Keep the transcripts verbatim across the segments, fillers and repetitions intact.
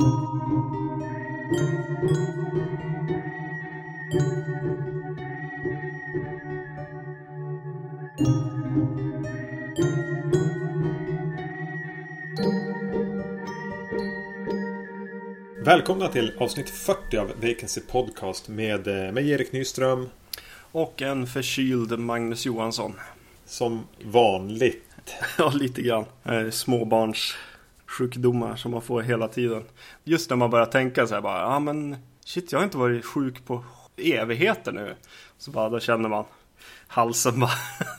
Välkomna till avsnitt fyrtio av Vacancy Podcast med mig Erik Nyström och en förkyld Magnus Johansson. Som vanligt. Ja, lite grann. Småbarns sjukdomar som man får hela tiden. Just när man börjar tänka så här bara, ja men shit, jag har inte varit sjuk på evigheter nu. Så bara, då känner man halsen bara.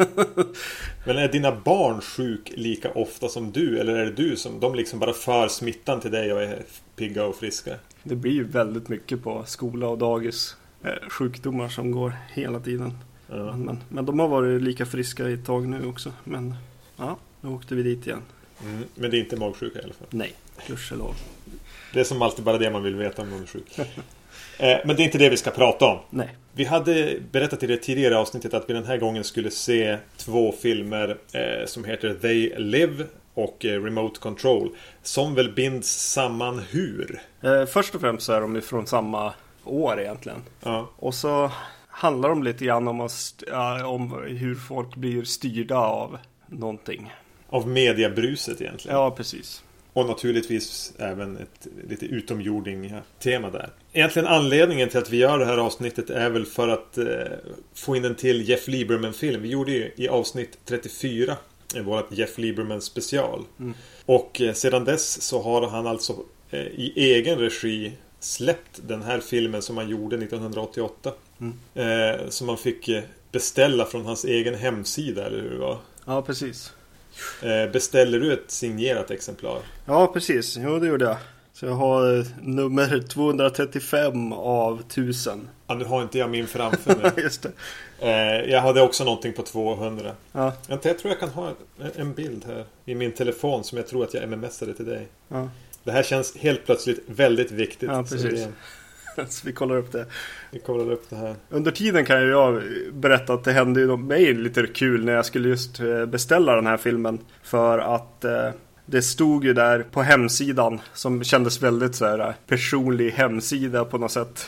Men är dina barn sjuk lika ofta som du? Eller är det du som, de liksom bara för smittan till dig och är pigga och friska? Det blir ju väldigt mycket på skola och dagis. Sjukdomar som går hela tiden. Ja. Men, men, men de har varit lika friska i ett tag nu också. Men ja, nu åkte vi dit igen. Mm, men det är inte magsjuka i alla fall? Nej, gudskelov. Det är som alltid bara det man vill veta om någon är sjuk. eh, Men det är inte det vi ska prata om. Nej. Vi hade berättat i det tidigare avsnittet att vi den här gången skulle se två filmer eh, som heter They Live och eh, Remote Control, som väl binds samman hur? Eh, först och främst så är de från samma år egentligen. Ja. Och så handlar de lite grann om, att, äh, om hur folk blir styrda av någonting. Av mediabruset egentligen. Ja, precis. Och naturligtvis även ett lite utomjording tema där. Egentligen anledningen till att vi gör det här avsnittet är väl för att eh, få in en till Jeff Lieberman-film. Vi gjorde ju i avsnitt trettiofyra vårt Jeff Lieberman special. Mm. Och eh, sedan dess så har han alltså eh, i egen regi släppt den här filmen som han gjorde nittonhundraåttioåtta. Mm. Eh, som man fick eh, beställa från hans egen hemsida, eller hur det var? Ja, precis. Eh, beställer du ett signerat exemplar? Ja, precis. Jo, det gjorde jag. Så jag har eh, nummer tvåhundratrettiofem av tusen. Ja, nu har inte jag min framför mig. Just det. Eh, jag hade också någonting på tvåhundra. Ja. Jag tror jag kan ha en, en bild här i min telefon som jag tror att jag mmsade till dig. Ja. Det här känns helt plötsligt väldigt viktigt. Ja, precis. Så, det... så vi kollar upp det. Vi kollar upp det här. Under tiden kan jag berätta att det hände ju mig lite kul när jag skulle just beställa den här filmen. För att eh, det stod ju där på hemsidan som kändes väldigt så här personlig hemsida på något sätt.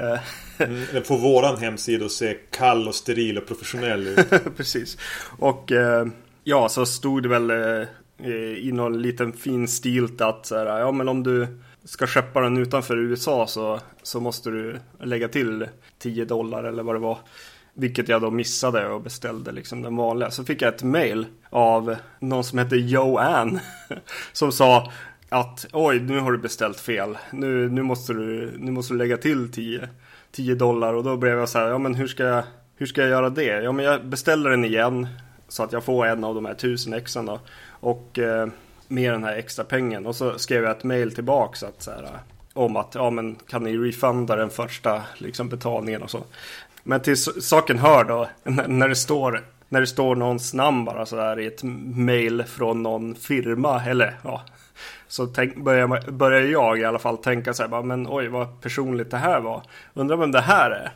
Mm, på våran hemsida ser kall och steril och professionell ut. Precis. Och eh, ja, så stod det väl eh, i någon liten fin stilt att så här, ja men om du ska köpa den utanför U S A så, så måste du lägga till tio dollar eller vad det var. Vilket jag då missade och beställde liksom den vanliga. Så fick jag ett mail av någon som heter Joanne som sa att oj, nu har du beställt fel. Nu, nu, måste, du, nu måste du lägga till tio dollar. Och då blev jag så här, ja men hur ska jag, hur ska jag göra det? Ja men jag beställer den igen så att jag får en av de här tusen extra då. Och eh, med den här extra pengen. Och så skrev jag ett mail tillbaka att, så här, om att ja, men kan ni refunda den första liksom, betalningen och så. Men till saken hör då, när det står, när det står någons namn bara så där i ett mail från någon firma, eller ja, så tänk, börjar, börjar jag i alla fall tänka så här, bara, men oj vad personligt det här var. Undrar vem det här är.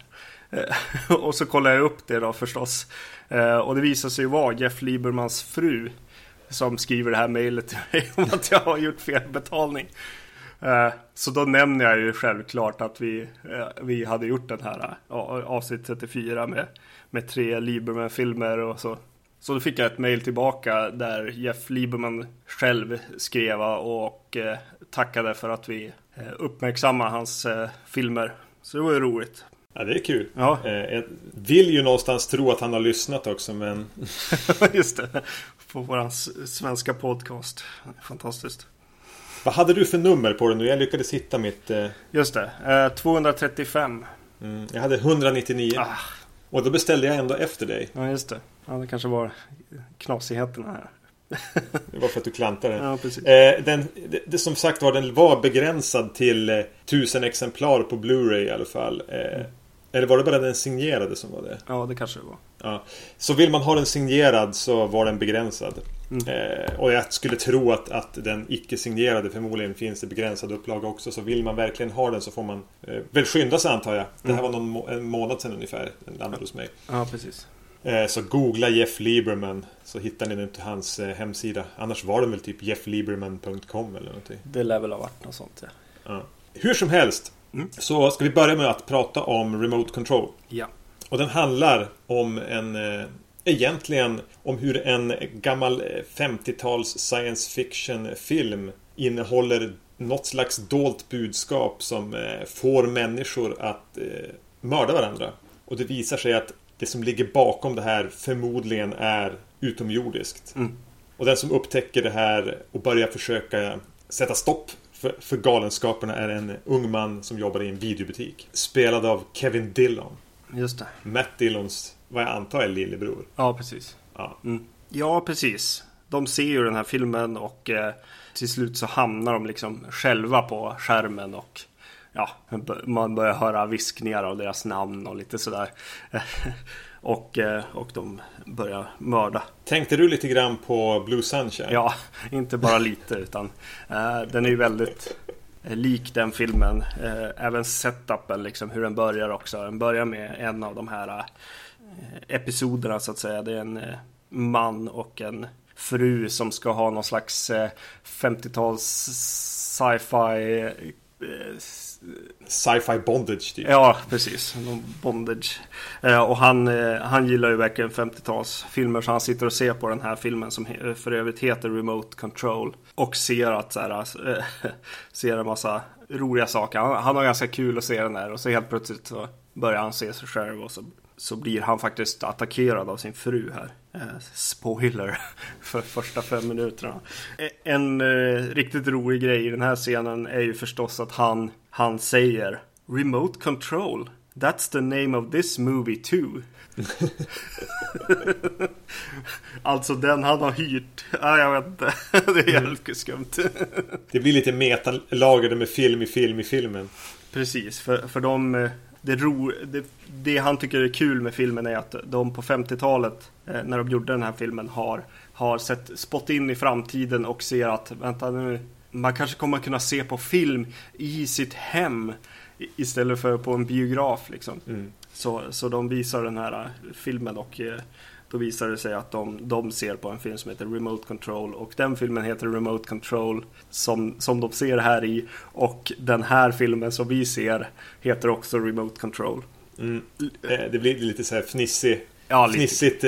Och så kollar jag upp det då förstås. Och det visar sig vara Jeff Liebermans fru som skriver det här mejlet till mig om att jag har gjort fel betalning. Så då nämner jag ju självklart att vi, vi hade gjort den här avsnitt trettiofyra med, med tre Lieberman-filmer och så. Så då fick jag ett mejl tillbaka där Jeff Lieberman själv skrev och tackade för att vi uppmärksammar hans filmer. Så det var ju roligt. Ja, det är kul. Ja. Jag vill ju någonstans tro att han har lyssnat också, men... Just det, på vår svenska podcast. Fantastiskt. Vad hade du för nummer på den nu? Jag lyckades hitta mitt... Eh... Just det, eh, tvåhundratrettiofem. Mm, jag hade etthundranittionio. Ah. Och då beställde jag ändå efter dig. Ja, just det. Ja, det kanske var knasigheterna här. Det var för att du klantade. Ja, precis. Eh, den, det, det som sagt var, den var begränsad till eh, tusen exemplar på Blu-ray i alla fall. Eh, mm. Eller var det bara den signerade som var det? Ja, det kanske det var. Ja. Så vill man ha den signerad så var den begränsad. Mm. Eh, och jag skulle tro att, att den icke-signerade förmodligen finns i begränsad upplaga också. Så vill man verkligen ha den så får man eh, väl skynda sig, antar jag. Det här var någon må- en månad sedan ungefär. Den landade hos mig. Ja, precis. Eh, så googla Jeff Lieberman så hittar ni nu till hans eh, hemsida. Annars var det väl typ jeff lieberman punkt com eller någonting. Det lär väl ha varit något sånt, ja. Ja. Hur som helst mm. så ska vi börja med att prata om Remote Control. Ja. Och den handlar om en... Eh, egentligen om hur en gammal femtiotals science fiction film innehåller något slags dolt budskap som eh, får människor att eh, mörda varandra. Och det visar sig att det som ligger bakom det här förmodligen är utomjordiskt. Mm. Och den som upptäcker det här och börjar försöka sätta stopp för, för galenskaperna är en ung man som jobbar i en videobutik. Spelad av Kevin Dillon. Just det. Matt Dillons, vad jag antar är lillebror. Ja, precis. Ja, mm. ja precis. De ser ju den här filmen och eh, till slut så hamnar de liksom själva på skärmen och ja, man börjar höra viskningar av deras namn och lite sådär. och, och de börjar mörda. Tänkte du lite grann på Blue Sunshine? Ja, inte bara lite utan äh, den är ju väldigt äh, lik den filmen. Äh, även setupen, liksom, hur den börjar också. Den börjar med en av de här äh, episoderna så att säga. Det är en äh, man och en fru som ska ha någon slags äh, femtiotals sci-fi sci-fi bondage typ. Ja, precis. Bondage. Eh, och han, eh, han gillar ju verkligen femtiotals filmer, så han sitter och ser på den här filmen som he- för övrigt heter Remote Control och ser att så här, eh, ser en massa roliga saker. Han, han har ganska kul att se den där och så helt plötsligt så börjar han se sig själv och så, så blir han faktiskt attackerad av sin fru här. Eh, spoiler för första fem minuterna. En eh, riktigt rolig grej i den här scenen är ju förstås att han, han säger Remote Control, that's the name of this movie too. Alltså den han har hyrt. Ah, jag vet inte. Det är jävligt skumt. Det blir lite metalagade med film i film i filmen. Precis, för, för de... Det, ro, det, det han tycker är kul med filmen är att de på femtiotalet eh, när de gjorde den här filmen har, har sett spott in i framtiden och ser att vänta nu, man kanske kommer kunna se på film i sitt hem istället för på en biograf liksom. Mm. Så, så de visar den här filmen och eh, då visar det sig att de, de ser på en film som heter Remote Control och den filmen heter Remote Control som, som de ser här i, och den här filmen som vi ser heter också Remote Control. Mm. Det blir lite så här fnissig, ja, fnissigt eh,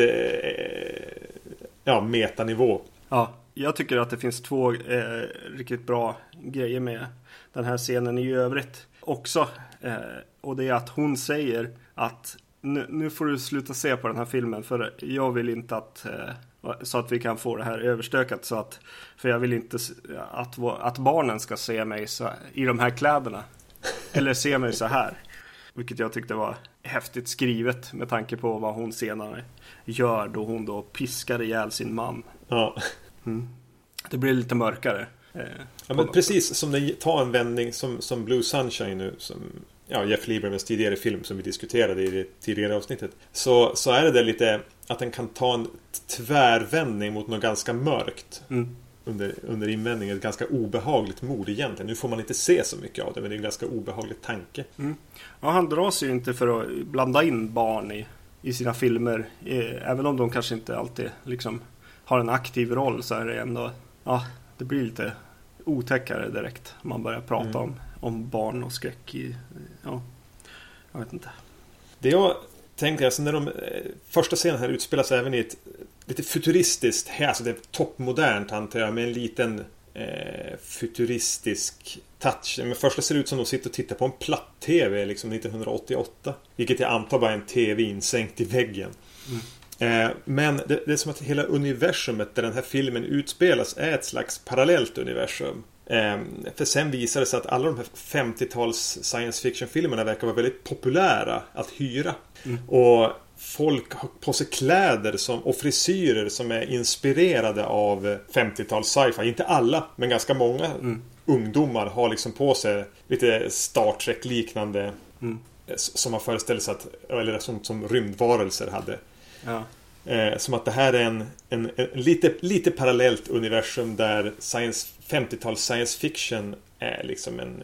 ja, metanivå. Ja, jag tycker att det finns två eh, riktigt bra grejer med den här scenen i övrigt också, eh, och det är att hon säger att Nu, nu får du sluta se på den här filmen för jag vill inte att eh, så att vi kan få det här överstökat så att, för jag vill inte att, att barnen ska se mig så, i de här kläderna eller se mig så här, vilket jag tyckte var häftigt skrivet med tanke på vad hon senare gör då hon då piskar ihjäl sin man. Ja. Mm. Det blir lite mörkare. Eh, ja, men precis som det tar en vändning som, som Blue Sunshine nu, som ja, Jeff Liebermans tidigare film som vi diskuterade i det tidigare avsnittet, så, så är det där lite att den kan ta en tvärvändning mot något ganska mörkt mm. under, under invändningen, ett ganska obehagligt mod egentligen. Nu får man inte se så mycket av det, men det är en ganska obehaglig tanke. Mm. Ja, han drar sig ju inte för att blanda in barn i, i sina filmer, även om de kanske inte alltid liksom har en aktiv roll, så är det ändå, ja, det blir lite otäckare direkt man börjar prata mm. om om barn och skräck i, ja, jag vet inte. Det jag tänkte, alltså när de första scenen här utspelas även i ett lite futuristiskt, alltså det är toppmodernt antar jag, med en liten eh, futuristisk touch. Men första ser ut som de sitter och tittar på en platt-tv liksom nittonhundraåttioåtta, vilket jag antar bara en tv insänkt i väggen. Mm. Eh, men det, det är som att hela universumet där den här filmen utspelas är ett slags parallellt universum. Eh, för sen visar det sig att alla de här femtiotals science fiction-filmerna verkar vara väldigt populära att hyra. Mm. Och folk har på sig kläder som, och frisyrer som är inspirerade av femtiotals sci-fi. Inte alla, men ganska många mm. ungdomar har liksom på sig lite Star Trek-liknande mm. som man föreställer sig att, eller som, som rymdvarelser hade. Ja. Eh, som att det här är en, en, en lite, lite parallellt universum där science, femtiotals science fiction är liksom en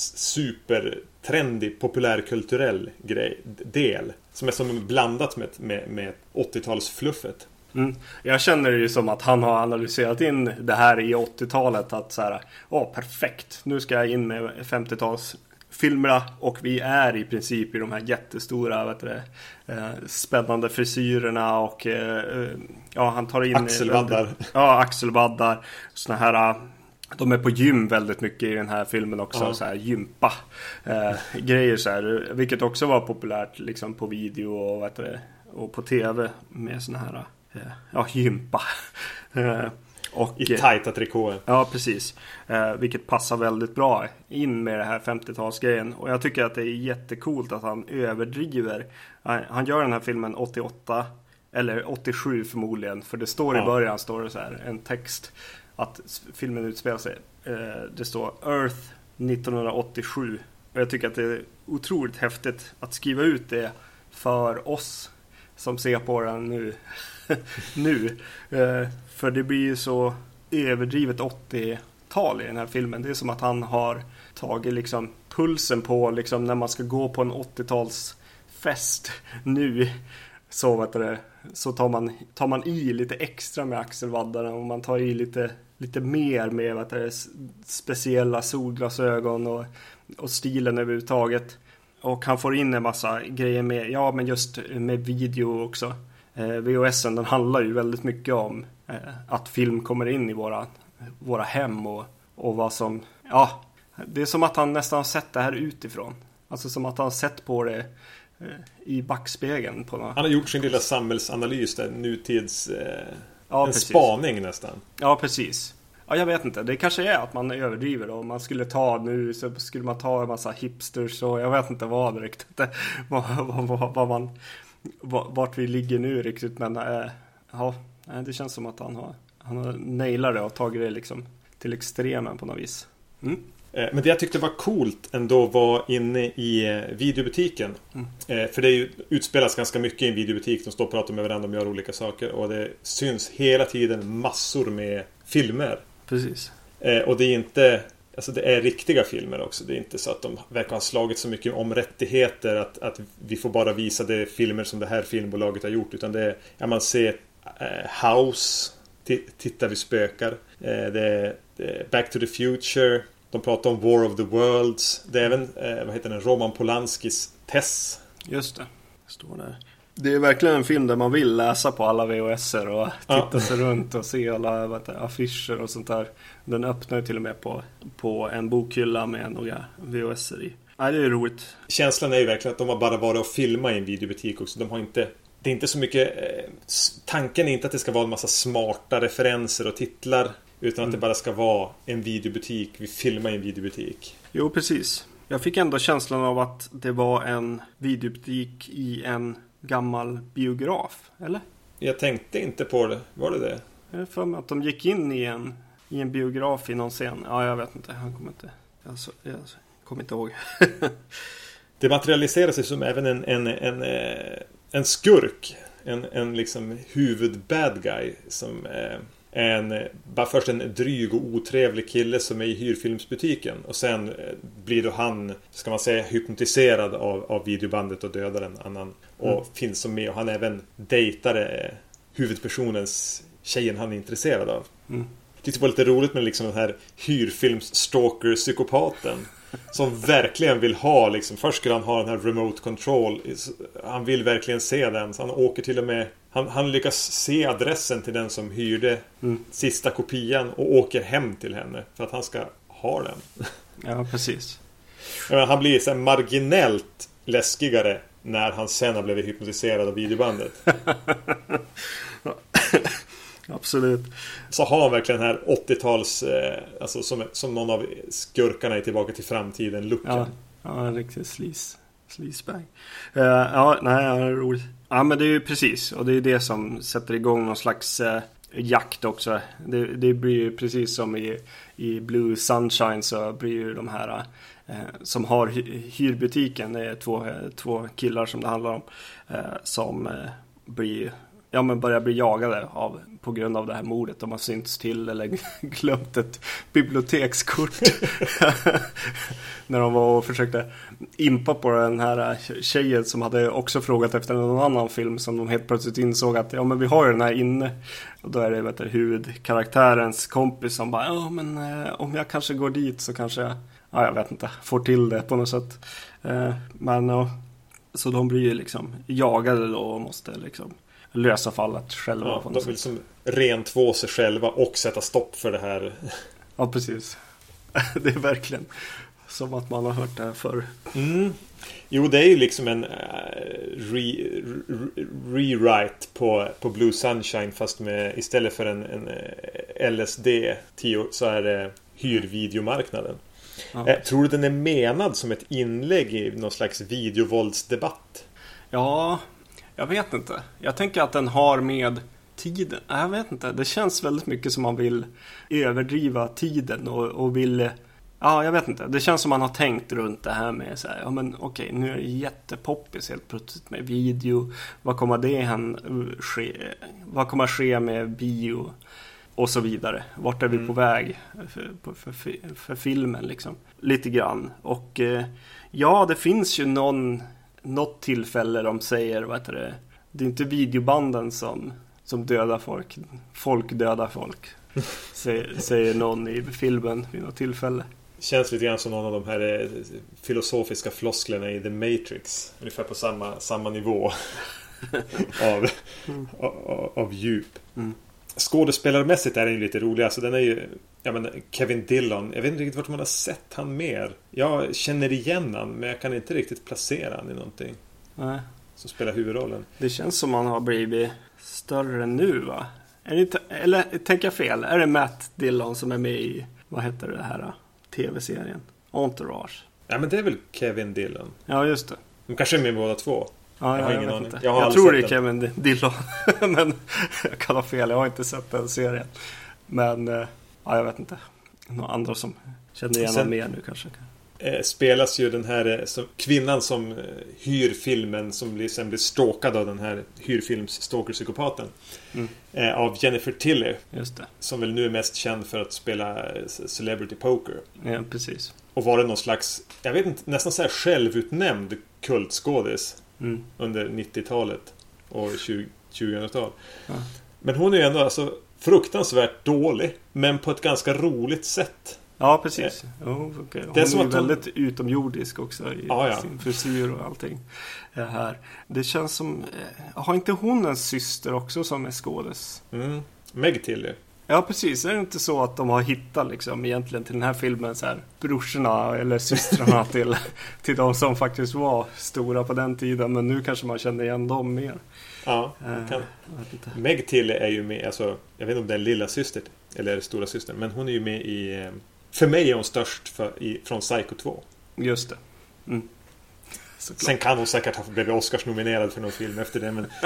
supertrendig populärkulturell grej, del som är som blandat med, med, med åttiotalsfluffet. Mm. Jag känner det ju som att han har analyserat in det här i åttiotalet. Att så här, åh perfekt, nu ska jag in med femtiotalsfilmerna. Och vi är i princip i de här jättestora, vet du, eh, spännande frisyrerna. Och eh, ja, han tar in axelvaddar. Ja, axelvaddar. Såna här... De är på gym väldigt mycket i den här filmen också, ja. Så här gympa eh, grejer så här, vilket också var populärt liksom på video och vet du, och på tv med såna här eh, ja, gympa. eh, och, I tajta trikåer. Ja, precis. Eh, vilket passar väldigt bra in med det här femtiotalsgrejen. Och jag tycker att det är jättekult att han överdriver. Han, han gör den här filmen åttioåtta eller åttiosju förmodligen, för det står i ja. början står det så här en text att filmen utspelar sig. Eh, det står Earth nittonhundraåttiosju. Och jag tycker att det är otroligt häftigt att skriva ut det för oss som ser på den nu. nu. Eh, för det blir ju så överdrivet åttiotal i den här filmen. Det är som att han har tagit liksom pulsen på liksom när man ska gå på en åttiotalsfest nu. Så vet du, så tar man, tar man i lite extra med axelvaddarna och man tar i lite, lite mer med vet du, speciella solglasögon och, och stilen överhuvudtaget. Och han får in en massa grejer med, ja men just med video också. Eh, V H S:en den handlar ju väldigt mycket om eh, att film kommer in i våra, våra hem och, och vad som, ja, det är som att han nästan har sett det här utifrån. Alltså som att han har sett på det i backspegeln på något. Han har gjort sin lilla samhällsanalys där, nutids eh, ja, en precis. spaning nästan. Ja, precis. Ja, jag vet inte. Det kanske är att man överdriver då. Man skulle ta nu så skulle man ta en massa hipsters och jag vet inte vad riktigt vad, vad, vad, vad man vart vi ligger nu riktigt, men äh, ja, det känns som att han har han har nailat det och tagit det liksom till extremen på något vis. Mm. Men det jag tyckte var coolt ändå var inne i videobutiken. Mm. För det är ju, utspelas ganska mycket i en videobutik. De står och pratar med varandra och gör olika saker. Och det syns hela tiden massor med filmer. Precis. Och det är inte... Alltså det är riktiga filmer också. Det är inte så att de verkar ha slagit så mycket om rättigheter. Att, att vi får bara visa de filmer som det här filmbolaget har gjort. Utan det är... Ja, man ser äh, House. T- Titta vi spökar. Äh, det, är, det är Back to the Future. De pratar om War of the Worlds. Det är även, eh, vad heter den, Roman Polanskis Tess. Just det, står där. Det är verkligen en film där man vill läsa på alla V H S:er och titta ja. sig runt och se alla vet, affischer och sånt där. Den öppnar till och med på, på en bokhylla med några V H S:er i. Nej, det är roligt. Känslan är ju verkligen att de har bara varit och filma i en videobutik också. De har inte, det är inte så mycket, eh, tanken är inte att det ska vara en massa smarta referenser och titlar. Utan att mm. det bara ska vara en videobutik. Vi filmar i en videobutik. Jo, precis. Jag fick ändå känslan av att det var en videobutik i en gammal biograf, eller? Jag tänkte inte på det. Var det det? Jag är för mig att de gick in i en, i en biograf i någon scen. Ja, jag vet inte. Han kommer inte... Jag, så, jag kommer inte ihåg. Det materialiserar sig som även en, en, en, en skurk. En, en liksom huvud bad guy som... Eh, En, bara först en dryg och otrevlig kille som är i hyrfilmsbutiken. Och sen blir då han, ska man säga, hypnotiserad av, av videobandet och dödar en annan. Och mm. finns som med. Och han även dejtade huvudpersonens tjejen han är intresserad av. Mm. Jag tyckte det var lite roligt med liksom den här hyrfilms-stalker-psykopaten. Som verkligen vill ha, liksom, först skulle han ha den här remote control. Han vill verkligen se den. Så han åker till och med, han, han lyckas se adressen till den som hyrde mm. sista kopian och åker hem till henne för att han ska ha den. Ja, precis. Han blir så här marginellt läskigare när han sen har blivit hypnotiserad av videobandet. Absolut. Så har han verkligen den här åttio-tals eh, alltså som, som någon av skurkarna i Tillbaka till framtiden looken. Ja, ja, en riktig sleaze, sleazebag. Uh, ja, nej, det är roligt. Ja, men det är ju precis. Och det är det som sätter igång någon slags uh, jakt också. Det, det blir ju precis som i, i Blue Sunshine, så blir ju de här uh, som har hy- hyrbutiken. Det är två, uh, två killar som det handlar om. Uh, som uh, blir ja, men börjar bli jagade av, på grund av det här mordet. De har synts till eller glömt ett bibliotekskort. När de var och försökte impa på den här tjejen som hade också frågat efter någon annan film som de helt plötsligt insåg att ja, men vi har ju den här inne. Och då är det, vet du, huvudkaraktärens kompis som bara, ja men eh, om jag kanske går dit så kanske jag, ja jag vet inte, får till det på något sätt. Eh, men ja, så de blir ju liksom jagade då och måste liksom lösa fallet själva. Ja, på något de sätt. vill liksom rentvå sig själva och sätta stopp för det här. Ja, precis. Det är verkligen som att man har hört det här förr. Mm. Jo, det är ju liksom en uh, re, re, rewrite på, på Blue Sunshine, fast med istället för en, en L S D tio så är det hyrvideomarknaden. Ja. Eh, tror du den är menad som ett inlägg i någon slags videovåldsdebatt? Ja, jag vet inte. Jag tänker att den har med tiden. Jag vet inte. Det känns väldigt mycket som man vill överdriva tiden och, och vill... Ja, jag vet inte. Det känns som man har tänkt runt det här med så här, ja men okej, nu är det jättepoppis helt plötsligt med video. Vad kommer det hän ske? Vad kommer ske med bio? Och så vidare. Vart är vi mm. på väg för, för, för, för filmen liksom? Lite grann. Och eh, ja, det finns ju någon, något tillfälle de säger, vad heter det? Det är inte videobanden som, som dödar folk. Folk dödar folk. säger, säger någon i filmen vid något tillfälle. Känns lite grann som någon av de här filosofiska flosklerna i The Matrix. Ungefär på samma, samma nivå av, mm. av, av djup. Mm. Skådespelarmässigt är den ju lite rolig. Alltså den är ju, jag menar, Kevin Dillon. Jag vet inte riktigt vart man har sett han mer. Jag känner igen han, men jag kan inte riktigt placera han i någonting. Nej. Som spelar huvudrollen. Det känns som han har blivit större nu, va? Är det inte, eller tänker jag fel? Är det Matt Dillon som är med i, vad heter det här tv-serien? Entourage. Ja, men det är väl Kevin Dillon. Ja, just det. De kanske är med båda två. Ja, jag har jag ingen aning. Inte. Jag, har jag tror det är den. Kevin Dillon. Men jag kan ha fel. Jag har inte sett den serien. Men ja, jag vet inte. Några andra som känner igen sen, mer nu kanske. Eh, spelas ju den här eh, som, kvinnan som eh, hyr filmen, som blir, sen blir stalkad av den här hyrfilms-stalker-psykopaten. Mm. Eh, av Jennifer Tilly. Just det. Som väl nu är mest känd för att spela eh, Celebrity Poker. Ja, precis. Och var det någon slags, jag vet inte, nästan så här självutnämnd kultskådis. Mm. Under nittiotalet och tjugohundratal. Ja. Men hon är ju ändå alltså fruktansvärt dålig, men på ett ganska roligt sätt. Ja, precis. Oh, okay. Hon det är, är ju väldigt hon... utomjordisk också i ah, ja. sin frisyr och allting här. Det känns som, har inte hon en syster också som är skådis? Mm. Meg Tilly. Ja, precis. Är det inte så att de har hittat liksom egentligen till den här filmen så här brorsorna eller systrarna till, till de som faktiskt var stora på den tiden, men nu kanske man känner igen dem mer. Ja, kan. Uh, Meg Tilly är ju med, alltså, jag vet inte om det är lilla syster eller stora syster, men hon är ju med i, för mig är hon störst för, i, från Psycho två. Just det. Mm. Sen kan hon säkert ha blivit Oscars-nominerad för någon film efter det, men...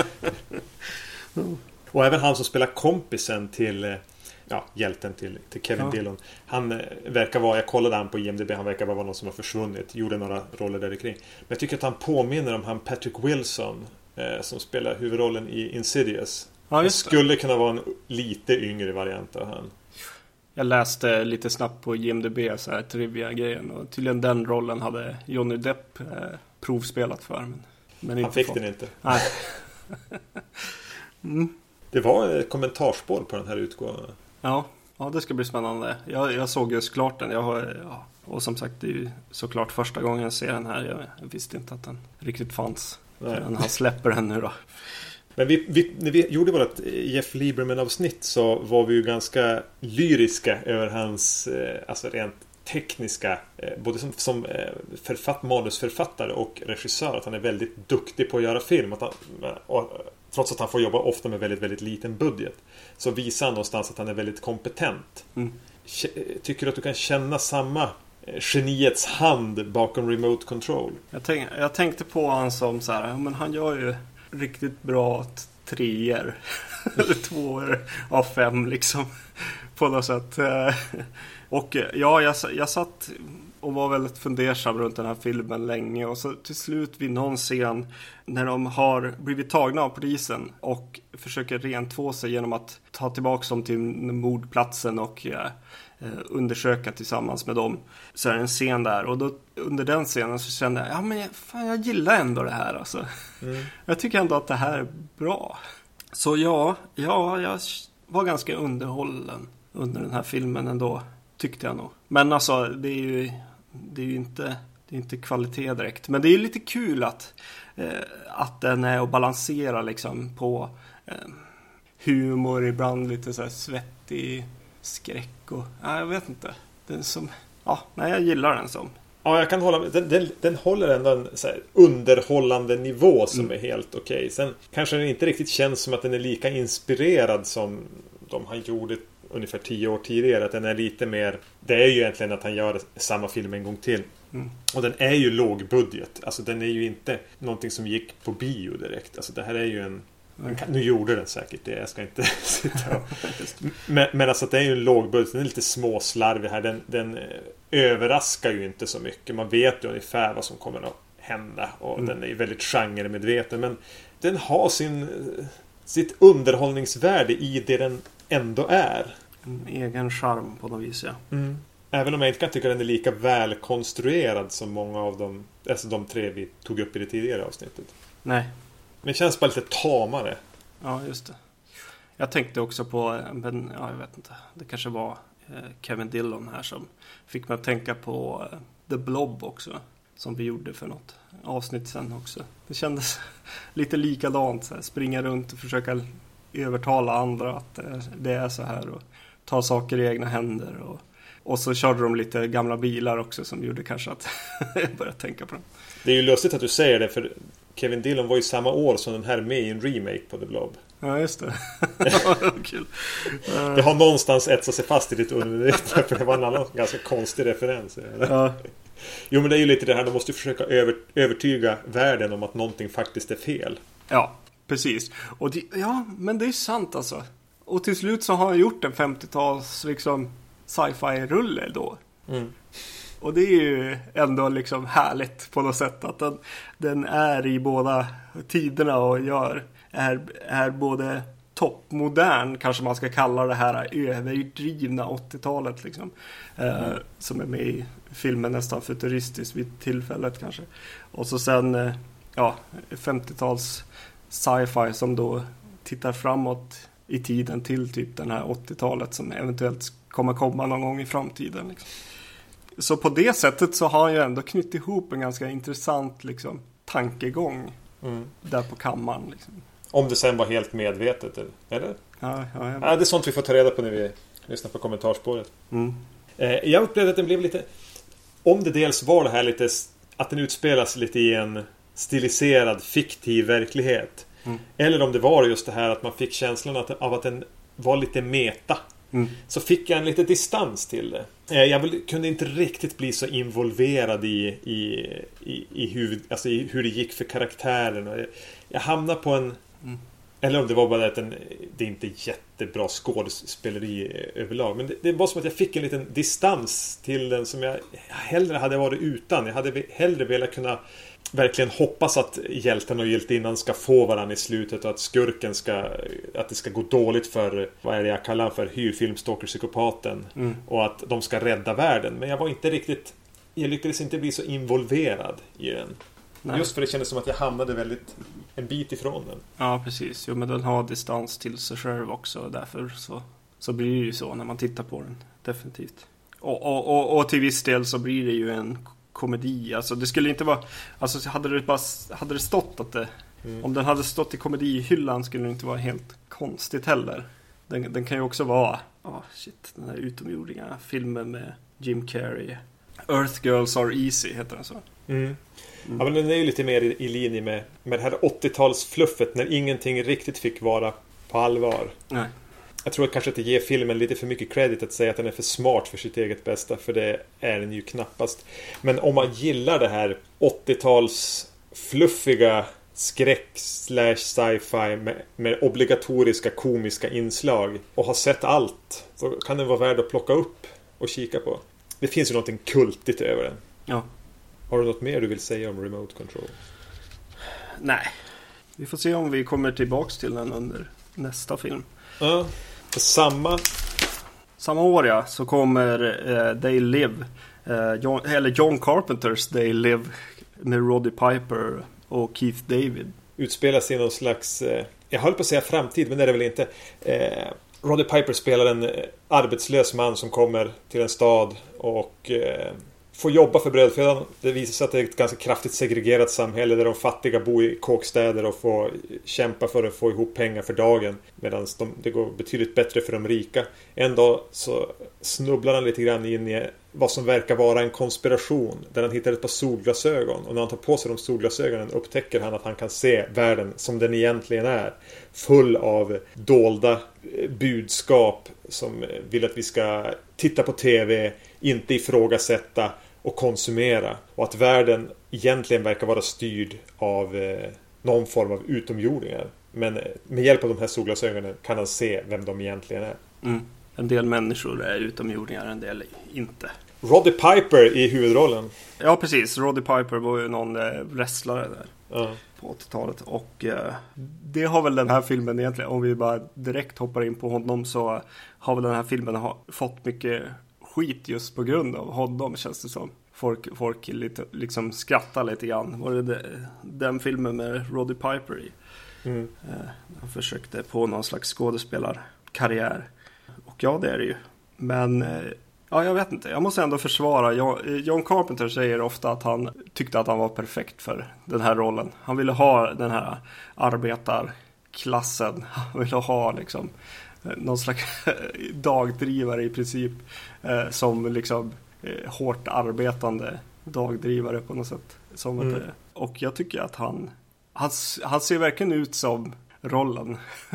mm. Och även han som spelar kompisen till, ja, hjälten till, till Kevin ja. Dillon. Han eh, verkar vara, jag kollade han på I M D B, han verkar vara någon som har försvunnit. Gjorde några roller där kring. Men jag tycker att han påminner om han Patrick Wilson eh, som spelar huvudrollen i Insidious. Ja, det skulle kunna vara en lite yngre variant av han. Jag läste lite snabbt på I M D B så här trivia-grejen. Och tydligen den rollen hade Johnny Depp eh, provspelat för. Men, men inte han fick fått. Den inte. Nej. mm. Det var ett kommentarspår på den här utgåvan. Ja, ja det ska bli spännande. Jag, jag såg just klart den. Jag har, ja, och som sagt, det är ju såklart första gången jag ser den här. Jag, jag visste inte att den riktigt fanns. Men han släpper den nu då. Men vi, vi, när vi gjorde vårt Jeff Lieberman-avsnitt så var vi ju ganska lyriska över hans eh, alltså rent tekniska, eh, både som, som eh, författ, manusförfattare och regissör, att han är väldigt duktig på att göra film. Att han, och, trots att han får jobba ofta med väldigt, väldigt liten budget, så visar han någonstans att han är väldigt kompetent. Mm. Tycker du att du kan känna samma geniets hand bakom remote control? Jag, tänk, jag tänkte på han som så här, men han gör ju riktigt bra treor eller tvåor av fem liksom på något sätt. Och ja, jag, jag satt och var väldigt fundersam runt den här filmen länge. Och så till slut vid någon scen när de har blivit tagna av polisen och försöker rentvå sig genom att ta tillbaka dem till mordplatsen och eh, undersöka tillsammans med dem. Så är det en scen där. Och då, under den scenen så kände jag, ja men fan, jag gillar ändå det här alltså. Mm. Jag tycker ändå att det här är bra. Så ja, ja, jag var ganska underhållen under den här filmen ändå, tyckte jag nog. Men alltså, det är ju, det är ju inte, det är inte kvalitet direkt. Men det är ju lite kul att, eh, att den är och balanserar liksom på eh, humor, ibland lite så här svettig skräck och, ja, jag vet inte. Den som, ja, nej, jag gillar den som. Ja, jag kan hålla med. Den, den, den håller ändå en så här underhållande nivå som mm. är helt okej. Okay. Sen kanske den inte riktigt känns som att den är lika inspirerad som de har gjort ungefär tio år tidigare. Att den är lite mer, det är ju egentligen att han gör samma film en gång till. Mm. Och den är ju lågbudget. Alltså den är ju inte någonting som gick på bio direkt. Alltså det här är ju en, mm. nu gjorde den säkert det, jag ska inte sitta och... men, men alltså det är ju en lågbudget, den är lite småslarvig här. Den, den överraskar ju inte så mycket. Man vet ju ungefär vad som kommer att hända. Och mm. den är ju väldigt genremedveten. Men den har sin, sitt underhållningsvärde i det den ändå är. En egen charm på något vis, ja. Mm. Även om jag inte kan tycka den är lika välkonstruerad som många av dem, alltså de tre vi tog upp i det tidigare avsnittet. Nej. Men det känns bara lite tamare. Ja, just det. Jag tänkte också på, men ja, jag vet inte. Det kanske var eh, Kevin Dillon här som fick mig att tänka på eh, The Blob också. Som vi gjorde för något avsnitt sen också. Det kändes lite likadant. Så här, springa runt och försöka övertala andra att eh, det är så här. Och ta saker i egna händer. Och, och så körde de lite gamla bilar också som gjorde kanske att jag började tänka på dem. Det är ju lustigt att du säger det, för Kevin Dillon var ju samma år som den här med i en remake på The Blob. Ja, just det. Kul. Det har någonstans etsat sig fast i ditt undermedvetna, för det var en annan ganska konstig referens. Ja. Jo, men det är ju lite det här, de måste ju försöka över, övertyga världen om att någonting faktiskt är fel. Ja, precis. Och det, ja, men det är sant alltså. Och till slut så har han gjort en femtio-tals liksom sci-fi-rulle då. Mm. Och det är ju ändå liksom härligt på något sätt att den, den är i båda tiderna och gör är, är både toppmodern, kanske man ska kalla det här överdrivna åttiotalet liksom, mm. eh, som är med i filmen nästan futuristiskt vid tillfället kanske. Och så sen eh, ja, femtio-tals sci-fi som då tittar framåt i tiden till typ den här åttiotalet som eventuellt kommer komma någon gång i framtiden liksom. Så på det sättet så har han ju ändå knutit ihop en ganska intressant liksom, tankegång mm. där på kammaren. Liksom. Om det sen var helt medvetet, eller? Ja, ja, ja. ja, det är sånt vi får ta reda på när vi lyssnar på kommentarspåret. Mm. Eh, jag upplevde att den blev lite... Om det dels var det här lite... Att den utspelas lite i en stiliserad, fiktiv verklighet. Mm. Eller om det var just det här att man fick känslan av att den var lite meta. Mm. Så fick jag en lite distans till det. Jag kunde inte riktigt bli så involverad i, i, i, i, hur, alltså i hur det gick för karaktären. Jag hamnade på en... Mm. Eller om det var bara att den, det är inte jättebra skådespeleri överlag. Men det, det var som att jag fick en liten distans till den som jag hellre hade varit utan. Jag hade hellre velat kunna verkligen hoppas att hjälten och hjältinnan ska få varandra i slutet och att skurken ska, att det ska gå dåligt för, vad är det jag kallar för, hyrfilmstalker-psykopaten mm. och att de ska rädda världen. Men jag var inte riktigt, jag lyckades inte bli så involverad i den. Nej. Just för det kändes som att jag hamnade väldigt en bit ifrån den. Ja, precis. Jo, men den har distans till sig själv också och därför så, så blir det ju så när man tittar på den. Definitivt. Och, och, och, och till viss del så blir det ju en komedi, alltså det skulle inte vara, alltså hade det bara hade det stått att det mm. om den hade stått i komedihyllan skulle det inte vara helt konstigt heller. Den, den kan ju också vara oh shit, den här utomjordinga filmen med Jim Carrey, Earth Girls Are Easy heter den så. Mm. Mm. Ja, men den är ju lite mer i, i linje med, med det här åttio-talsfluffet när ingenting riktigt fick vara på allvar. Nej. Jag tror att kanske att det ger filmen lite för mycket credit att säga att den är för smart för sitt eget bästa, för det är den ju knappast. Men om man gillar det här åttio-tals fluffiga skräck slash sci-fi med, med obligatoriska komiska inslag och har sett allt, så kan den vara värd att plocka upp och kika på. det finns ju någonting kultigt över den. Ja. Har du något mer du vill säga om Remote Control? Nej. Vi får se om vi kommer tillbaks till den under nästa film. Ja, för samma... Samma år, ja, så kommer uh, They Live. Uh, John, eller John Carpenters They Live med Roddy Piper och Keith David. Utspelas i någon slags... Eh, jag höll på att säga framtid, men det är det väl inte. Eh, Roddy Piper spelar en eh, arbetslös man som kommer till en stad och... Eh, får jobba för brödfödan. Det visar sig att det är ett ganska kraftigt segregerat samhälle där de fattiga bor i kåkstäder och får kämpa för att få ihop pengar för dagen, medan de, det går betydligt bättre för de rika. En dag så snubblar han lite grann in i vad som verkar vara en konspiration, där han hittar ett par solglasögon, och när han tar på sig de solglasögonen upptäcker han att han kan se världen som den egentligen är, full av dolda budskap som vill att vi ska titta på tv, inte ifrågasätta och konsumera, och att världen egentligen verkar vara styrd av eh, någon form av utomjordingar. Men med hjälp av de här solglasögonen kan han se vem de egentligen är. Mm. En del människor är utomjordingar, en del inte. Roddy Piper i huvudrollen. Ja, precis. Roddy Piper var ju någon eh, wrestlare där Ja. på åttiotalet. Och eh, det har väl den här filmen egentligen, om vi bara direkt hoppar in på honom, så har väl den här filmen ha, fått mycket skit just på grund av honom, känns det som. Folk, folk lite, liksom skrattar lite grann. Var det, det den filmen med Roddy Piper i? Mm. Eh, han försökte på någon slags skådespelarkarriär. Och ja, det är det ju. Men eh, ja, jag vet inte. Jag måste ändå försvara. John, John Carpenter säger ofta att han tyckte att han var perfekt för den här rollen. Han ville ha den här arbetarklassen. Han ville ha liksom någon slags dagdrivare i princip, eh, som liksom eh, hårt arbetande dagdrivare på något sätt. Som mm. att, och jag tycker att han, han han ser verkligen ut som rollen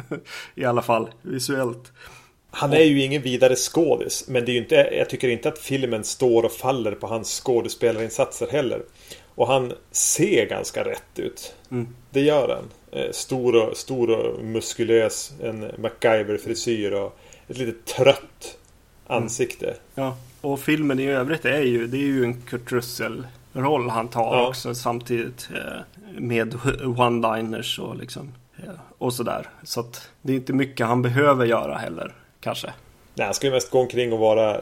i alla fall visuellt. Han är ju ingen vidare skådis, men det är ju inte, jag tycker inte att filmen står och faller på hans skådespelarinsatser heller. Och han ser ganska rätt ut. Mm. Det gör han. Stor och, stor och muskulös, en MacGyver-frisyr och ett lite trött ansikte. Mm. Ja, och filmen i övrigt är ju, det är ju en Kurt Russell-roll han tar ja. också, samtidigt med one-liners och liksom och sådär. Så att det är inte mycket han behöver göra heller, kanske. Nej, han ska ju mest gå omkring och vara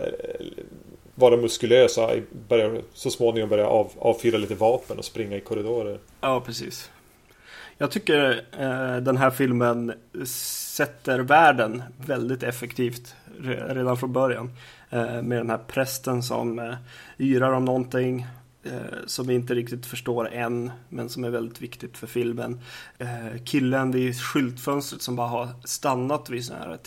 vara muskulös och börja, så småningom börja av, avfyra lite vapen och springa i korridorer. Ja, precis. Jag tycker eh, den här filmen sätter världen väldigt effektivt re- redan från början. Eh, med den här prästen som eh, yrar om någonting eh, som vi inte riktigt förstår än, men som är väldigt viktigt för filmen. Eh, killen vid skyltfönstret som bara har stannat vid såna här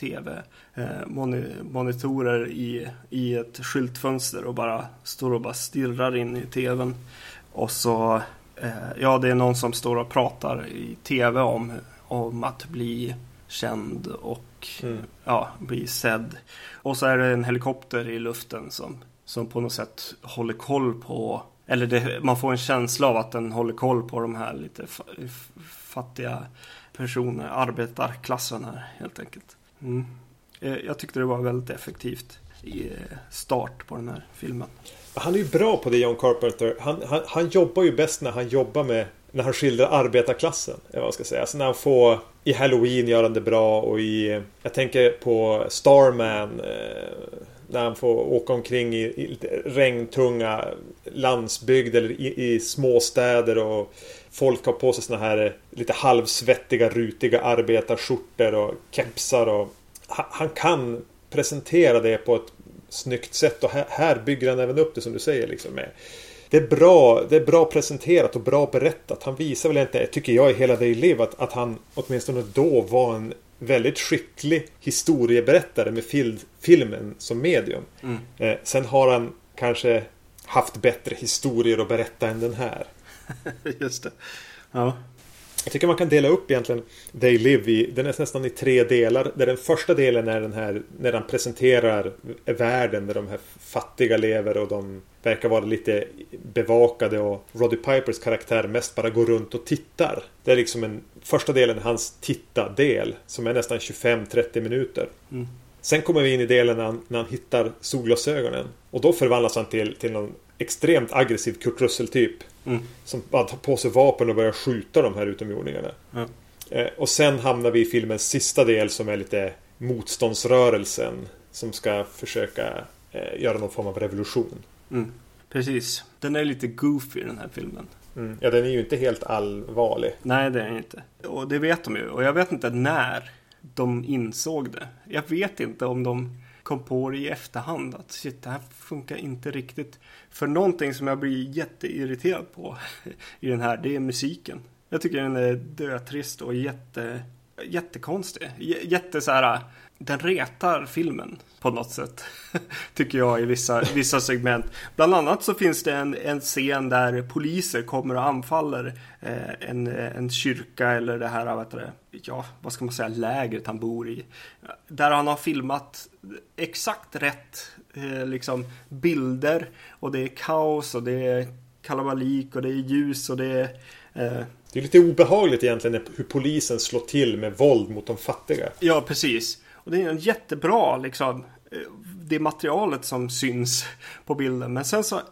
tv-monitorer i, i ett skyltfönster och bara står och bara stirrar in i tvn. Och så ja, det är någon som står och pratar i tv om, om att bli känd och mm. ja, bli sedd. Och så är det en helikopter i luften som, som på något sätt håller koll på, eller det, man får en känsla av att den håller koll på de här lite fattiga personer, arbetarklassen här helt enkelt. Mm. Jag tyckte det var väldigt effektivt i start på den här filmen. Han är ju bra på det, John Carpenter. Han, han, han jobbar ju bäst när han jobbar med, när han skildrar arbetarklassen, vad jag ska säga. Alltså när han får, i Halloween gör han det bra, och i, jag tänker på Starman, eh, när han får åka omkring i, i lite regntunga landsbygd eller i, i småstäder, och folk har på sig såna här lite halvsvettiga, rutiga arbetarskjortor och kepsar, och han, han kan presentera det på ett snyggt sätt, och här, här bygger han även upp det som du säger liksom med. Det är bra, det är bra presenterat och bra berättat. Han visar väl inte, tycker jag, i hela They Live att, att han åtminstone då var en väldigt skicklig historieberättare med fil, filmen som medium. Mm. Eh, sen har han kanske haft bättre historier att berätta än den här. Just det. Ja. Jag tycker man kan dela upp egentligen They Live i, den är nästan i tre delar. Där den första delen är den här, när han presenterar världen där de här fattiga lever och de verkar vara lite bevakade, och Roddy Pipers karaktär mest bara går runt och tittar. Det är liksom en, första delen hans titta-del som är nästan tjugofem till trettio minuter. Mm. Sen kommer vi in i delen när han, när han hittar solglasögonen. Och då förvandlas han till, till någon extremt aggressiv Kurt Russell-typ. Mm. Som bara tar på sig vapen och börjar skjuta de här utomjordingarna. Mm. Eh, och sen hamnar vi i filmens sista del som är lite motståndsrörelsen. Som ska försöka eh, göra någon form av revolution. Mm. Precis. Den är lite goofy, den här filmen. Mm. Ja, den är ju inte helt allvarlig. Nej, det är den inte. Och det vet de ju. Och jag vet inte när de insåg det. Jag vet inte om de kom på det i efterhand. Att shit, det här funkar inte riktigt. För någonting som jag blir jätteirriterad på i den här, det är musiken. Jag tycker den är dötrist och jätte, jättekonstig. J- jätte så här... Den retar filmen på något sätt, tycker jag, i vissa, vissa segment. Bland annat så finns det en, en scen där poliser kommer och anfaller eh, en, en kyrka eller det här, vet du, ja, vad ska man säga, lägret han bor i. Där han har filmat exakt rätt eh, liksom bilder, och det är kaos och det är kalabalik och det är ljus och det är... Eh, det är lite obehagligt egentligen hur polisen slår till med våld mot de fattiga. Ja, precis. Och det är en jättebra liksom, det materialet som syns på bilden. Men sen så,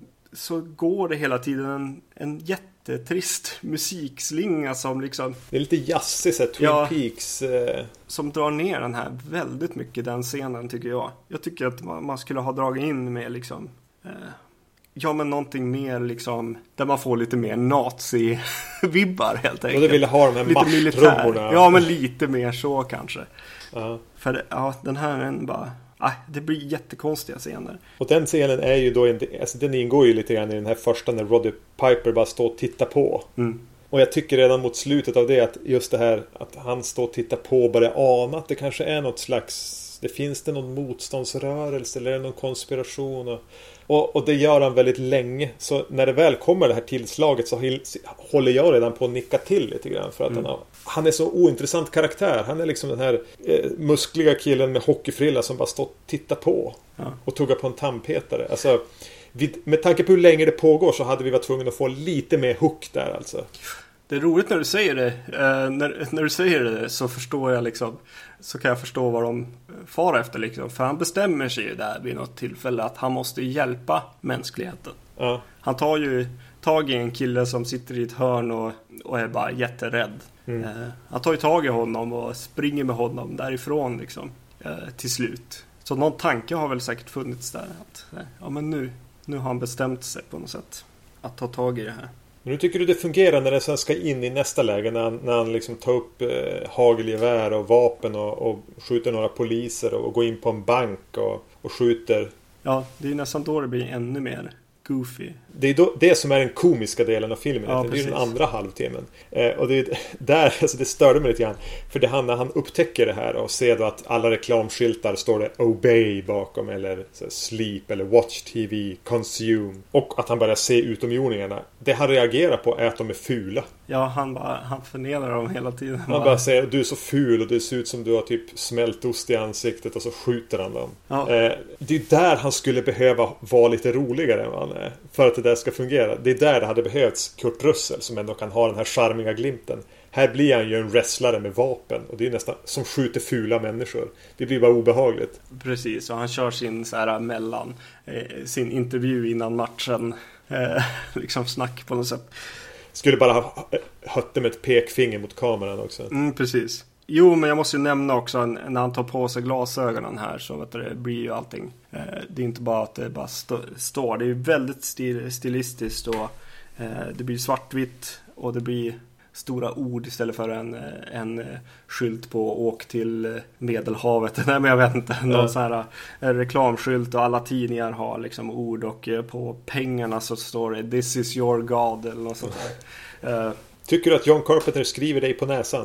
så går det hela tiden en, en jättetrist musikslinga som liksom... Det är lite jazzig, så här, Twin ja, Peaks. Eh... Som drar ner den här väldigt mycket, den scenen, tycker jag. Jag tycker att man, man skulle ha dragit in med liksom... Eh, ja, men någonting mer liksom... Där man får lite mer nazi-vibbar, helt enkelt. Och det ville ha de här marschtrummorna. Ja, men lite mer så kanske. Uh-huh. För ja, den här är bara... Ah, det blir jättekonstiga scener. Och den scenen är ju då... En, alltså den ingår ju lite grann i den här första när Roddy Piper bara står och tittar på. Mm. Och jag tycker redan mot slutet av det att just det här att han står och tittar på och börjar ana att det kanske är något slags... Det finns det någon motståndsrörelse eller någon konspiration och, och, och det gör han väldigt länge. Så när det väl kommer det här tillslaget så håller jag redan på att nicka till lite grann. För att mm. han, har, han är så ointressant karaktär. Han är liksom den här eh, muskliga killen med hockeyfrilla som bara står och tittar på. Ja. Och tuggar på en tandpetare. Alltså, vid, med tanke på hur länge det pågår så hade vi varit tvungna att få lite mer hook där alltså. Det är roligt när du säger det. Eh, när, när du säger det så förstår jag liksom... Så kan jag förstå vad de far efter liksom. För han bestämmer sig ju där vid något tillfälle att han måste hjälpa mänskligheten. Ja. Han tar ju tag i en kille som sitter i ett hörn och, och är bara jätterädd. Mm. Eh, han tar ju tag i honom och springer med honom därifrån liksom, eh, till slut. Så någon tanke har väl säkert funnits där. Att, eh, ja, men nu, nu har han bestämt sig på något sätt att ta tag i det här. Men hur tycker du det fungerar när det sen ska in i nästa läge? När han, när han liksom tar upp eh, hagelgevär och vapen och, och skjuter några poliser och, och går in på en bank och, och skjuter. Ja, det är nästan då det blir ännu mer goofy. Det är då, det som är den komiska delen av filmen. Ja, det är precis. den andra halvtimmen. Eh, och det är där, alltså det störde mig lite grann. För det han, när han upptäcker det här och ser då att alla reklamskyltar står det Obey bakom eller så, Sleep eller Watch T V, Consume. Och att han börjar se utomjordingarna. Det han reagerar på är att de är fula. Ja, han, bara, han förnedrar dem hela tiden. Han bara, bara säger, du är så ful och det ser ut som du har typ smält ost i ansiktet och så skjuter han dem. Ja. Eh, det är där han skulle behöva vara lite roligare än vad han är. För att det där ska fungera. Det är där det hade behövts Kurt Russell som ändå kan ha den här charmiga glimten. Här blir han ju en wrestlare med vapen och det är nästan som skjuter fula människor. Det blir bara obehagligt. Precis, och han kör sin så här mellan eh, sin intervju innan matchen eh, liksom snack på något sätt. Skulle bara ha hötte med ett pekfinger mot kameran också. Mm, precis. Jo, men jag måste ju nämna också när han tar på sig glasögonen här så vet du, det blir ju allting. Eh, det är inte bara att det bara stå, står. Det är ju väldigt stil, stilistiskt och eh, det blir svartvitt och det blir stora ord istället för en, en skylt på åk till Medelhavet. Nej, men jag vet inte. Någon ja. sån här reklamskylt och alla tidningar har liksom ord och på pengarna så står det This is your God eller något sånt där. Uh, Tycker du att John Carpenter skriver dig på näsan?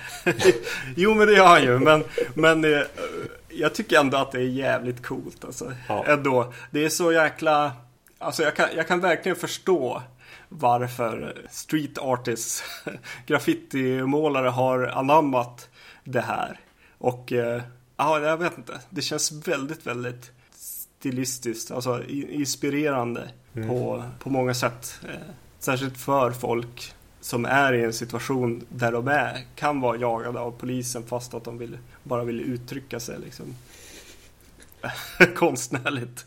Jo, men det gör han ju. Men, men uh, jag tycker ändå att det är jävligt coolt. Alltså. Ja. Ändå. Det är så jäkla... Alltså jag kan, jag kan verkligen förstå varför street artists, graffiti-målare har anammat det här. Och eh, ja, jag vet inte. Det känns väldigt, väldigt stilistiskt, alltså inspirerande mm. på, på många sätt. Eh, särskilt för folk som är i en situation där de är, kan vara jagade av polisen fast att de vill, bara vill uttrycka sig liksom konstnärligt.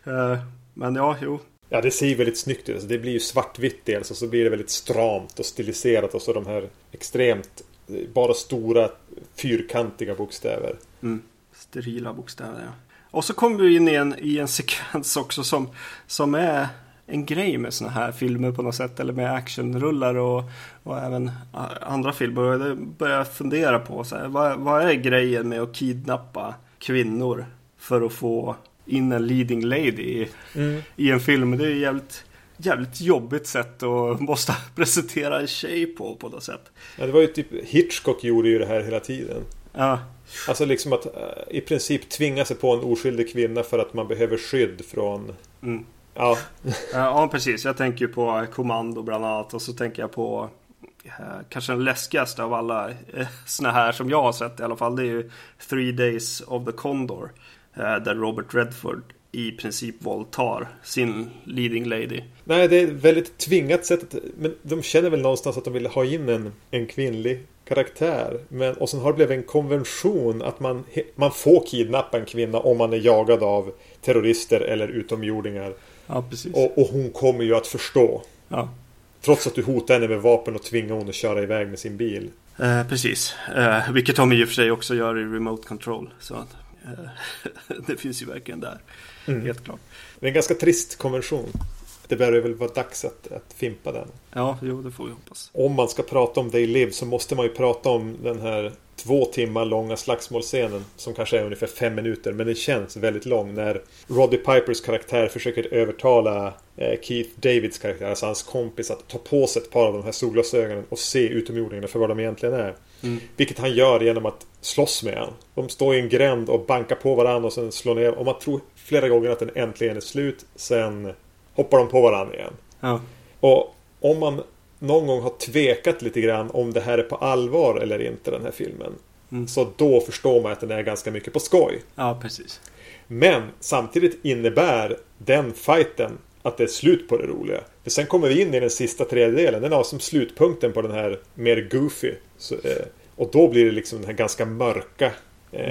Men ja, jo. Ja, det ser väldigt snyggt ut. Alltså, det blir ju svartvitt dels och så blir det väldigt stramt och stiliserat och så de här extremt bara stora fyrkantiga bokstäver. Mm. Sterila bokstäver, ja. Och så kommer vi in i en, i en sekvens också som, som är en grej med såna här filmer på något sätt, eller med actionrullar och, och även andra filmer. Och jag börjar fundera på så här, vad, vad är grejen med att kidnappa kvinnor för att få in en leading lady i, mm. i en film? Det är ju jävligt, jävligt jobbigt sätt att måste presentera en tjej på på något sätt. Ja, det var ju typ Hitchcock gjorde ju det här hela tiden. Ja. Alltså liksom att uh, i princip tvinga sig på en oskyldig kvinna för att man behöver skydd från... Mm. Ja. Ja, precis. Jag tänker ju på Kommando bland annat. Och så tänker jag på eh, kanske den läskigaste av alla eh, såna här som jag har sett i alla fall. Det är ju Three Days of the Condor. Eh, där Robert Redford i princip våldtar sin leading lady. Nej, det är ett väldigt tvingat sätt. Att, men de känner väl någonstans att de vill ha in en, en kvinnlig karaktär. Men, och sen har det blivit en konvention att man, man får kidnappa en kvinna om man är jagad av terrorister eller utomjordingar. Ja, precis. Och, och hon kommer ju att förstå. Ja. Trots att du hotar henne med vapen och tvingar hon att köra iväg med sin bil. Eh, precis. Eh, vilket de i och för sig också gör i Remote Control. Så att, eh, det finns ju verkligen där. Mm. Helt klart. Det är en ganska trist konvention. Det börjar väl vara dags att, att fimpa den. Ja, jo, det får vi hoppas. Om man ska prata om They Live så måste man ju prata om den här två timmar långa slagsmålscenen som kanske är ungefär fem minuter, men det känns väldigt lång när Roddy Pipers karaktär försöker övertala eh, Keith Davids karaktär, alltså hans kompis, att ta på sig ett par av de här solglasögonen och se utomjordingarna för vad de egentligen är. Mm. Vilket han gör genom att slåss med han. De står i en gränd och bankar på varandra och sen slår ner, och man tror flera gånger att den äntligen är slut, sen hoppar de på varandra igen. Ja. Och om man någon gång har tvekat lite grann om det här är på allvar eller inte, den här filmen, mm. så då förstår man att den är ganska mycket på skoj. Ja, precis. Men samtidigt innebär den fighten att det är slut på det roliga. För sen kommer vi in i den sista tredjedelen. Den har som slutpunkten på den här mer goofy. Så, eh, och då blir det liksom den här ganska mörka eh,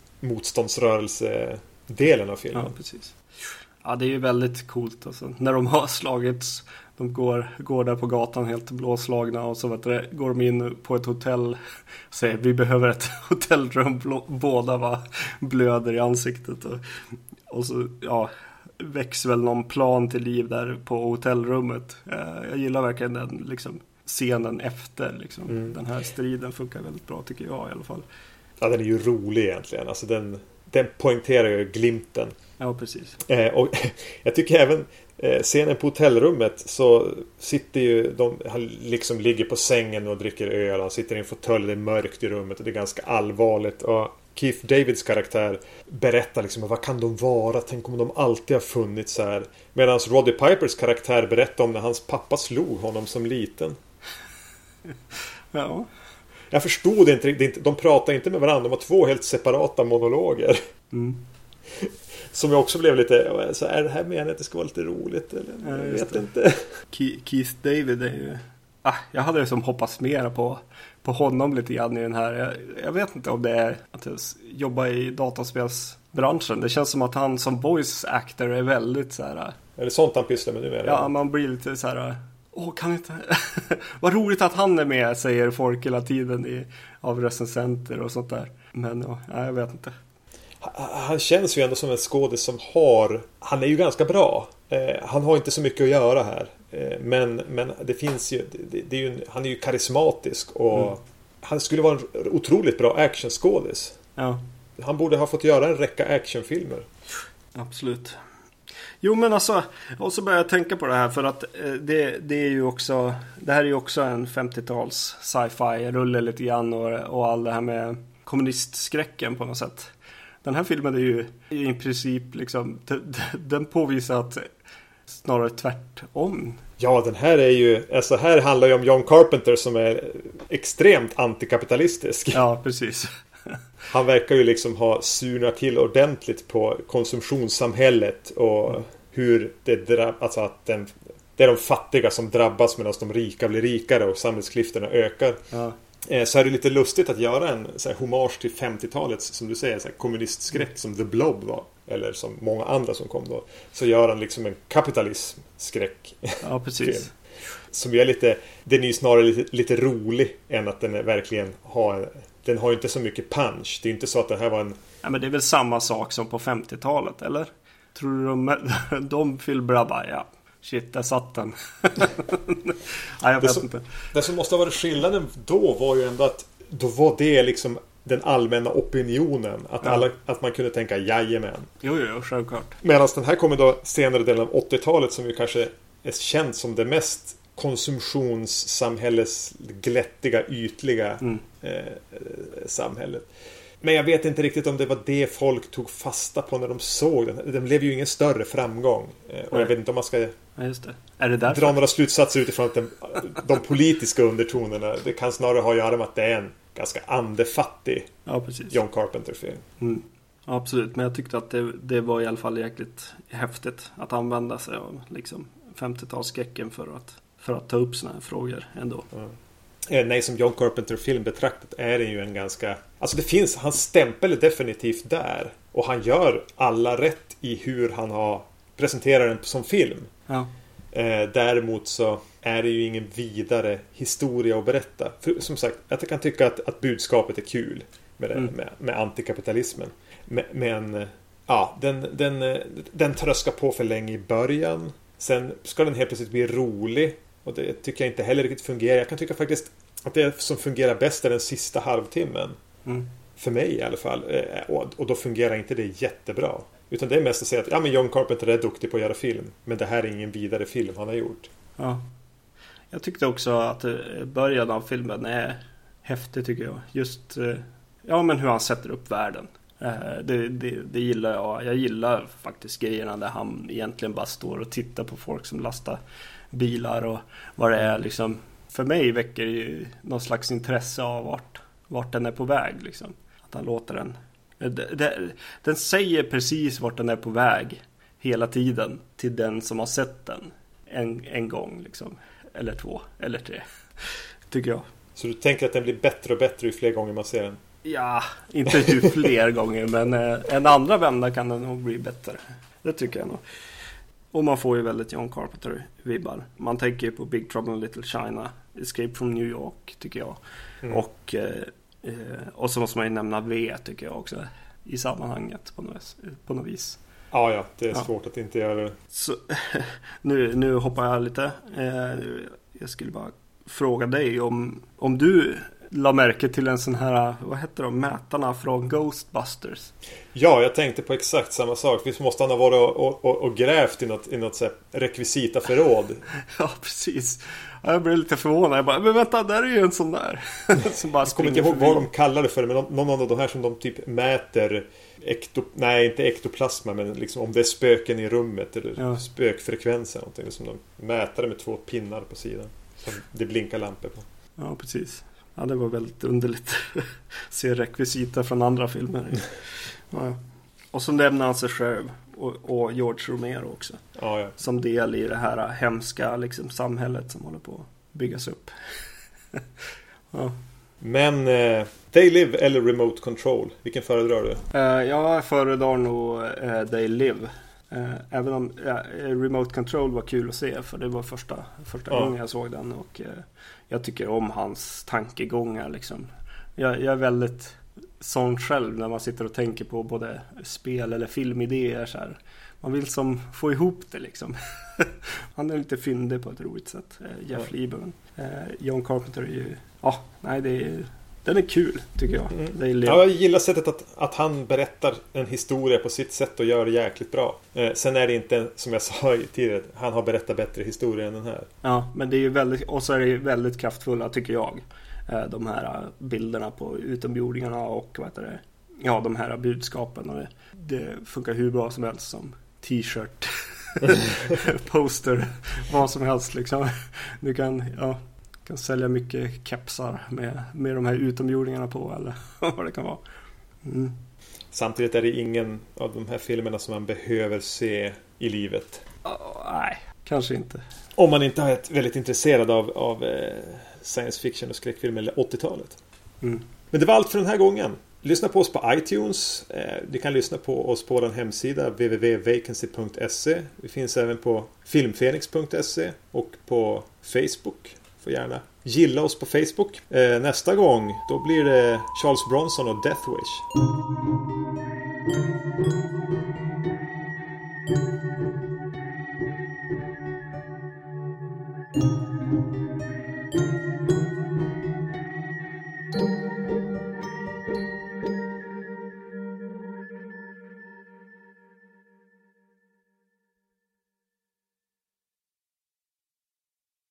motståndsrörelse-delen av filmen. Ja, precis. Ja, det är ju väldigt coolt alltså. När de har slagits, de går, går där på gatan helt blåslagna, och så vet du, går de in på ett hotell och säger vi behöver ett hotellrum, blå, båda va, blöder i ansiktet, och, och så ja, väcks väl någon plan till liv där på hotellrummet. Jag gillar verkligen den liksom, scenen efter liksom. Mm. Den här striden funkar väldigt bra tycker jag i alla fall. Ja, den är ju rolig egentligen. Alltså den, den poängterar ju glimten. Ja, precis. Eh, och jag tycker även eh, scenen på hotellrummet, så sitter ju de, han liksom ligger på sängen och dricker öl. Han sitter i en fåtölj, det är mörkt i rummet och det är ganska allvarligt. Och Keith Davids karaktär berättar liksom, vad kan de vara? Tänk om de alltid har funnits så här. Medan Roddy Pipers karaktär berättar om när hans pappa slog honom som liten. Ja. Jag förstod inte riktigt. De pratar inte med varandra. De har två helt separata monologer. Mm. Som jag också blev lite, så är det här meningen att det ska vara lite roligt eller? Ja, jag vet det. inte. Keith David är ju... Ah, jag hade liksom hoppats mer på, på honom lite grann i den här. Jag, jag vet inte om det är att jobba i dataspelsbranschen. Det känns som att han som voice actor är väldigt så här... Är det sånt han pysslar med nu? Med ja, man blir lite så här... Åh, kan inte... Vad roligt att han är med, säger folk hela tiden i, av recensenter och sånt där. Men ja, jag vet inte. Han känns ju ändå som en skådis som har... Han är ju ganska bra. Eh, han har inte så mycket att göra här. Eh, men, men det finns ju... Det, det är ju han är ju karismatisk och mm. han skulle vara en otroligt bra actionskådis. Ja. Han borde ha fått göra en räcka actionfilmer. Absolut. Jo, men alltså, och så börjar jag tänka på det här för att eh, det, det är ju också, det här är ju också en femtio-tals sci-fi rulle lite grann, och, och all det här med kommunistskräcken på något sätt. Den här filmen är ju i princip liksom, den påvisar att snarare tvärtom. Ja, den här är ju, alltså här handlar ju om John Carpenter som är extremt antikapitalistisk. Ja, precis. Han verkar ju liksom ha surnat till ordentligt på konsumtionssamhället och hur det drab- alltså att den, det är de fattiga som drabbas medan de rika blir rikare och samhällsklyftorna ökar. Ja. Så är det lite lustigt att göra en så här, hommage till femtiotalets, som du säger, så här, kommunistskräck som The Blob var. Eller som många andra som kom då. Så gör han liksom en kapitalismskräck. Ja, precis. Som är lite, den är ju snarare lite, lite rolig än att den är verkligen har, den har ju inte så mycket punch. Det är inte så att det här var en... Ja, men det är väl samma sak som på femtiotalet, eller? Tror du de, de filmar bara, ja, shit, där satt den. Nej, jag vet det som, inte. Det som måste ha varit skillnaden då var ju ändå att då var det liksom den allmänna opinionen. Att, ja. alla, att man kunde tänka, jajamän. Jo, jo, självklart. Medan den här kommer då senare delen av åttiotalet som ju kanske är känt som det mest konsumtionssamhällets glättiga, ytliga mm. eh, samhället. Men jag vet inte riktigt om det var det folk tog fasta på när de såg den. Den blev ju ingen större framgång. Eh, och jag vet inte om man ska ja, just det. Är det därför? dra några slutsatser utifrån att den, de politiska undertonerna. Det kan snarare ha att göra med att det är en ganska andefattig ja, precis. John Carpenter-film. Mm. Ja, absolut, men jag tyckte att det, det var i alla fall jäkligt häftigt att använda sig av liksom femtiotalsskräcken för att, för att ta upp såna här frågor ändå. Mm. Eh, nej, som John Carpenter-film betraktat är det ju en ganska... Alltså det finns, hans stämpel är definitivt där. Och han gör alla rätt i hur han har presenterat den som film. Ja. Eh, däremot så är det ju ingen vidare historia att berätta. För, som sagt, jag kan tycka att, att budskapet är kul med, det, mm. med, med antikapitalismen. Men, men ja, den, den, den tröskar på för länge i början. Sen ska den helt plötsligt bli rolig. Och det tycker jag inte heller riktigt fungerar. Jag kan tycka faktiskt att det som fungerar bäst är den sista halvtimmen. Mm. För mig i alla fall. Och då fungerar inte det jättebra. Utan det är mest att säga att ja, men John Carpenter är duktig på att göra film. Men det här är ingen vidare film han har gjort. Ja. Jag tyckte också att början av filmen är häftig tycker jag. Just ja, men hur han sätter upp världen. Det, det, det gillar jag. Jag gillar faktiskt grejerna där han egentligen bara står och tittar på folk som lastar bilar och vad det är liksom. För mig väcker ju någon slags intresse av vart, vart den är på väg liksom. Att han låter den det, det, den säger precis vart den är på väg hela tiden till den som har sett den en, en gång liksom. Eller två, eller tre tycker jag. Så du tänker att den blir bättre och bättre ju fler gånger man ser den? Ja, inte ju fler gånger, men eh, en andra vända kan den nog bli bättre. Det tycker jag nog. Och man får ju väldigt John Carpenter-vibbar. Man tänker ju på Big Trouble in Little China, Escape from New York tycker jag. Mm. Och, eh, och så måste man ju nämna V tycker jag också i sammanhanget på något, på något vis. Ja, ja, det är ja. svårt att inte göra det. Så, nu, nu hoppar jag lite. Eh, jag skulle bara fråga dig om, om du la märke till en sån här, vad heter de, mätarna från Ghostbusters. Ja, jag tänkte på exakt samma sak. Vi måste han ha varit och, och, och grävt i något, i något så här rekvisita förråd. Ja, precis. Jag blev lite förvånad. Jag bara, men vänta, där är ju en sån där. Som bara jag kommer inte ihåg vad de kallar det för, men någon av de här som de typ mäter ekto, nej, inte ektoplasma, men liksom om det är spöken i rummet eller ja. spökfrekvenser någonting, som de mäter det med två pinnar på sidan som det blinkar lampor på. Ja, precis. Ja, det var väldigt underligt. Se rekvisita från andra filmer. Ja. Och så nämner han sig själv och, och George Romero också. Ja, ja. Som del i det här hemska liksom, samhället som håller på att byggas upp. Ja. Men eh, They Live eller Remote Control, vilken föredrar du? Uh, jag föredrar nog uh, They Live. Uh, även om uh, Remote Control var kul att se, för det var första, första ja. gången jag såg den. Och uh, jag tycker om hans tankegångar liksom. Jag, jag är väldigt sån själv när man sitter och tänker på både spel eller filmidéer så här. Man vill som få ihop det liksom. Han är lite fyndig på ett roligt sätt. Uh, Jeff ja. Lieberman. Uh, John Carpenter är ju... Ja, oh, nej det är... Den är kul, tycker jag. Mm. Ja, jag gillar sättet att, att han berättar en historia på sitt sätt och gör det jäkligt bra. Eh, sen är det inte, som jag sa tidigare, han har berättat bättre historia än den här. Ja, men det är ju väldigt, och så är det ju väldigt kraftfulla, tycker jag. Eh, de här bilderna på utomjordingarna och vad heter det? Ja, de här budskapen. Och det, det funkar hur bra som helst som t-shirt, poster, vad som helst liksom. Du kan, ja... kan sälja mycket kepsar med, med de här utomjordingarna på eller vad det kan vara. Mm. Samtidigt är det ingen av de här filmerna som man behöver se i livet. Oh, nej, kanske inte. Om man inte är väldigt intresserad av, av eh, science fiction och skräckfilm eller åttiotalet. Mm. Men det var allt för den här gången. Lyssna på oss på iTunes. Eh, du kan lyssna på oss på vår hemsida w w w punkt vacancy punkt se. Vi finns även på filmfenix punkt se och på Facebook. Får gärna gilla oss på Facebook. Eh, nästa gång då blir det Charles Bronson och Death Wish.